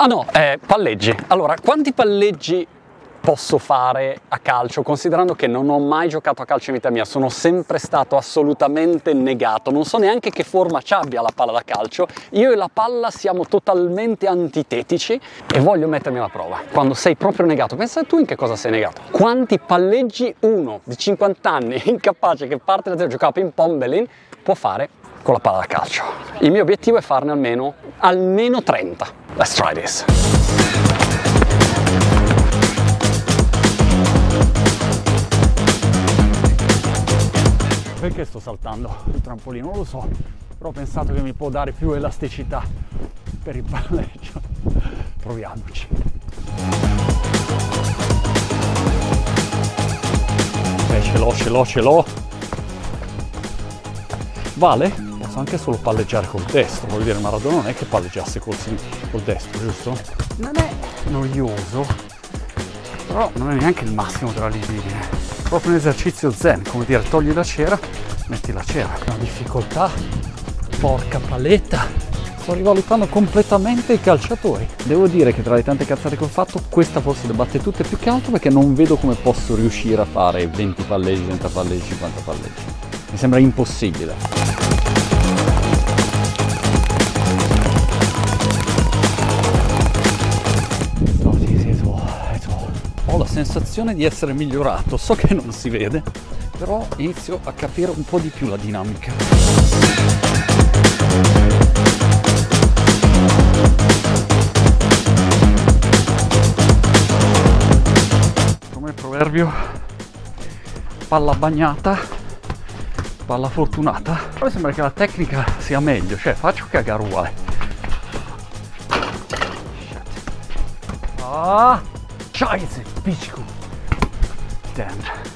Ah no, palleggi. Allora, quanti palleggi posso fare a calcio, considerando che non ho mai giocato a calcio in vita mia, sono sempre stato assolutamente negato, non so neanche che forma ci abbia la palla da calcio, io e la palla siamo totalmente antitetici e voglio mettermi alla prova. Quando sei proprio negato, pensa tu in che cosa sei negato. Quanti palleggi uno di 50 anni, incapace, che parte da zero, giocava a ping pong Belin, può fare con la palla da calcio? Il mio obiettivo è farne almeno 30. Let's try this. Perché sto saltando il trampolino? Non lo so, però ho pensato che mi può dare più elasticità per il palleggio. Proviamoci. Ce l'ho. Vale? Posso anche solo palleggiare col destro, voglio dire, Maradona non è che palleggiasse col destro, giusto? Non è noioso, però non è neanche il massimo della libidine. Proprio un esercizio zen, come dire, togli la cera, metti la cera. Una difficoltà, porca paletta, sto rivalutando completamente i calciatori. Devo dire che tra le tante cazzate che ho fatto, questa forse le batte tutte, più che altro perché non vedo come posso riuscire a fare 20 palleggi, 30 palleggi, 50 palleggi. Mi sembra impossibile. Ho la sensazione di essere migliorato, so che non si vede, però inizio a capire un po' di più la dinamica. Come il proverbio, palla bagnata, palla fortunata. Però sembra che la tecnica sia meglio, cioè faccio cagare uguale. Ah! Scheiße, picco. Damn.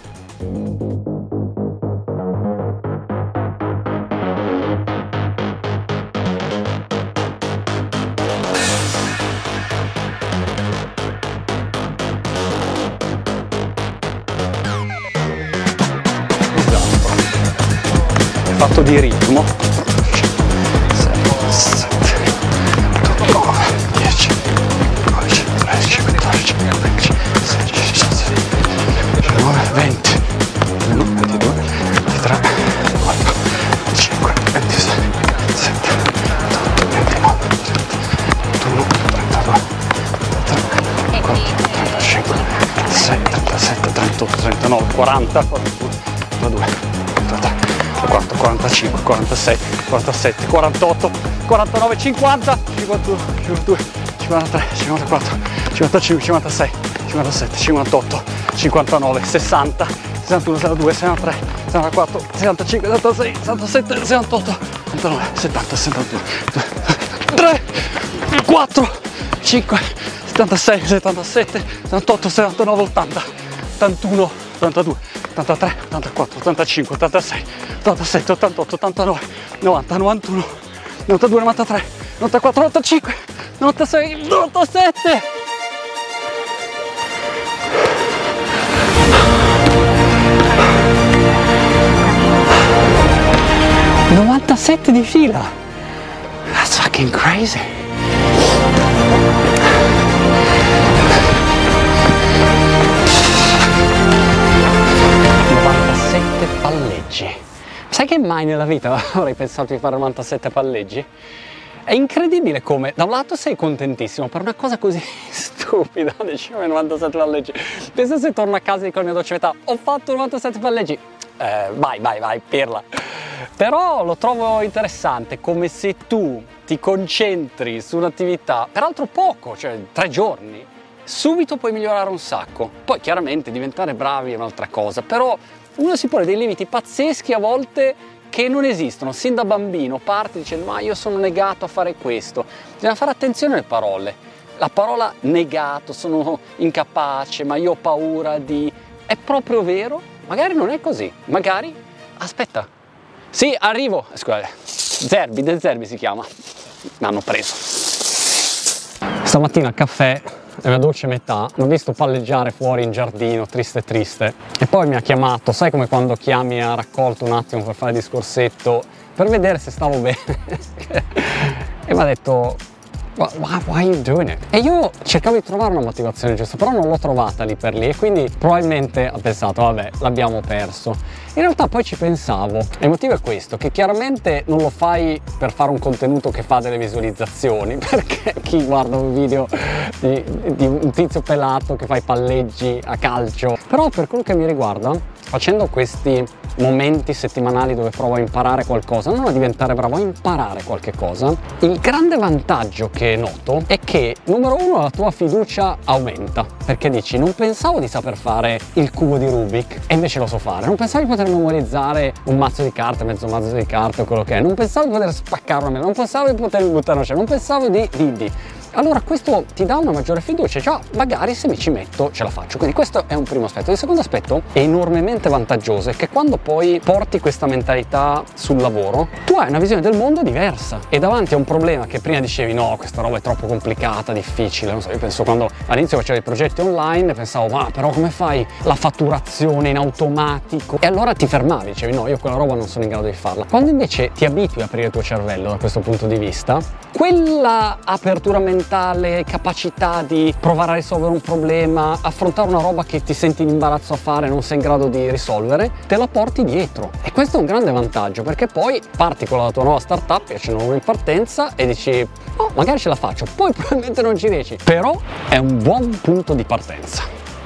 È fatto di ritmo. 6, 7, 8, 9, 10, 12, 13, 14, 15, 16, 17, 19, 20, 21, 22, 23, 24, 25, 26, 27, 28, 29, 30, 31, 32, 33, 34, 35, 36, 37, 38, 39, 40, 41, 42, 43, 44, 45, 46, 47, 48, 49, 50, 51, 52, 53, 54, 55, 56, 57, 58, 59, 60, 61, 62, 63, 64, 65, 66, 67, 68, 69, 70, 71, 3, 4, 5, 76, 77, 78, 79, 80, 81, 82, 83, 84, 85, 86, 87, 88, 89, 90, 91, 92, 93, 94, 95, 96, 97! ...97 di fila! That's fucking crazy! Palleggi. Sai che mai nella vita avrei pensato di fare 97 palleggi? È incredibile come da un lato sei contentissimo per una cosa così stupida, diciamo 97 palleggi. Pensa se torno a casa e dico alla mia dolce metà, ho fatto 97 palleggi. Vai, pirla. Però lo trovo interessante, come se tu ti concentri su un'attività, peraltro poco, cioè 3 giorni, subito puoi migliorare un sacco. Poi chiaramente diventare bravi è un'altra cosa, però uno si pone dei limiti pazzeschi a volte che non esistono. Sin da bambino parte dicendo ma io sono negato a fare questo. Bisogna fare attenzione alle parole. La parola negato, sono incapace, ma io ho paura di... È proprio vero? Magari non è così. Magari... Aspetta. Sì, arrivo. Scusate. Zerbi, De Zerbi si chiama. Mi hanno preso. Stamattina al caffè la mia dolce metà l'ho visto palleggiare fuori in giardino, triste e poi mi ha chiamato, sai come quando chiami a raccolto un attimo per fare il discorsetto per vedere se stavo bene e mi ha detto why are you doing it? E io cercavo di trovare una motivazione giusta, però non l'ho trovata lì per lì, e quindi probabilmente ho pensato, vabbè, l'abbiamo perso. In realtà poi ci pensavo, e il motivo è questo, che chiaramente non lo fai per fare un contenuto che fa delle visualizzazioni, perché chi guarda un video di un tizio pelato che fa i palleggi a calcio, però per quello che mi riguarda, facendo questi momenti settimanali dove provo a imparare qualcosa, non a diventare bravo, a imparare qualche cosa, il grande vantaggio che noto è che, numero uno, la tua fiducia aumenta, perché dici, non pensavo di saper fare il cubo di Rubik e invece lo so fare, non pensavo di poter memorizzare un mazzo di carte, mezzo mazzo di carte o quello che è, non pensavo di poter spaccare una mela, non pensavo di poter buttare una scena, non pensavo di. Allora questo ti dà una maggiore fiducia, già magari se mi ci metto ce la faccio, quindi questo è un primo aspetto. Il secondo aspetto è enormemente vantaggioso, è che quando poi porti questa mentalità sul lavoro, tu hai una visione del mondo diversa, e davanti a un problema che prima dicevi no, questa roba è troppo complicata, difficile, non so, io penso quando all'inizio facevo i progetti online pensavo ma però come fai la fatturazione in automatico? E allora ti fermavi, dicevi no, io quella roba non sono in grado di farla. Quando invece ti abitui a aprire il tuo cervello da questo punto di vista, quella apertura mentale, capacità di provare a risolvere un problema, affrontare una roba che ti senti in imbarazzo a fare, non sei in grado di risolvere, te la porti dietro. E questo è un grande vantaggio, perché poi parti con la tua nuova startup, che c'è una nuova in partenza, e dici oh, magari ce la faccio, poi probabilmente non ci riesci, però è un buon punto di partenza.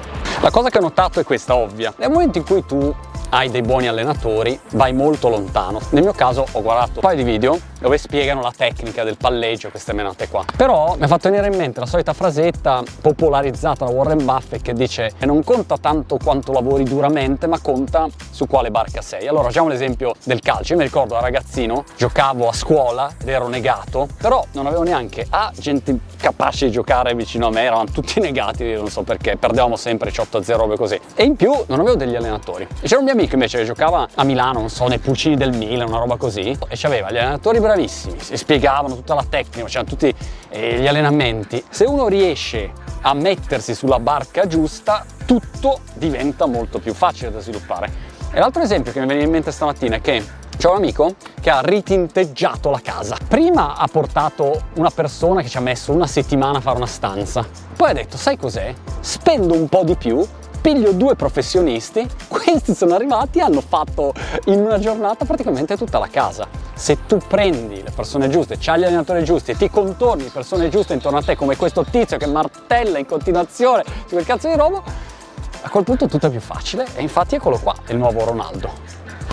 La cosa che ho notato è questa, ovvia: nel momento in cui tu hai dei buoni allenatori, vai molto lontano. Nel mio caso ho guardato un paio di video dove spiegano la tecnica del palleggio, queste menate qua. Però mi ha fatto venire in mente la solita frasetta popolarizzata da Warren Buffett che dice che non conta tanto quanto lavori duramente, ma conta su quale barca sei. Allora facciamo l'esempio del calcio. Io mi ricordo da ragazzino, giocavo a scuola ed ero negato, però non avevo neanche gente capace di giocare vicino a me, eravamo tutti negati, io non so perché, perdevamo sempre 8-0, robe così. E in più non avevo degli allenatori. E c'era un mio amico invece che giocava a Milano, non so, nei pulcini del Milan, una roba così, e c'aveva gli allenatori bravissimi, si spiegavano tutta la tecnica, c'erano tutti gli allenamenti. Se uno riesce a mettersi sulla barca giusta, tutto diventa molto più facile da sviluppare. E l'altro esempio che mi viene in mente stamattina è che c'è un amico che ha ritinteggiato la casa. Prima ha portato una persona che ci ha messo una settimana a fare una stanza, poi ha detto sai cos'è? Spendo un po' di più, piglio 2 professionisti, questi sono arrivati e hanno fatto in una giornata praticamente tutta la casa. Se tu prendi le persone giuste, c'hai gli allenatori giusti e ti contorni di persone giuste intorno a te, come questo tizio che martella in continuazione su quel cazzo di roba, a quel punto tutto è più facile. E infatti eccolo qua, il nuovo Ronaldo.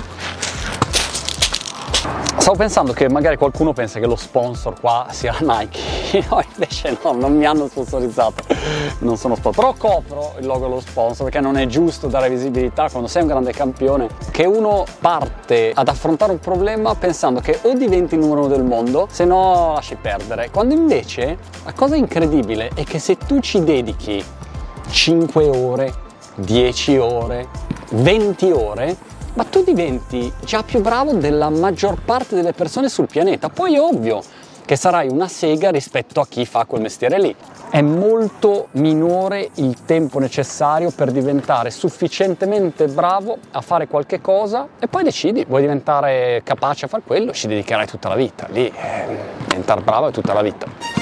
Stavo pensando che magari qualcuno pensa che lo sponsor qua sia Nike, no, invece no, non mi hanno sponsorizzato, non sono sponsor, però copro il logo dello sponsor perché non è giusto dare visibilità quando sei un grande campione, che uno parte ad affrontare un problema pensando che o diventi il numero 1 del mondo, se no lasci perdere, quando invece la cosa incredibile è che se tu ci dedichi 5 ore, 10 ore, 20 ore, ma tu diventi già più bravo della maggior parte delle persone sul pianeta. Poi è ovvio che sarai una sega rispetto a chi fa quel mestiere lì. È molto minore il tempo necessario per diventare sufficientemente bravo a fare qualche cosa e poi decidi, vuoi diventare capace a fare quello, ci dedicherai tutta la vita. Lì diventare bravo è tutta la vita.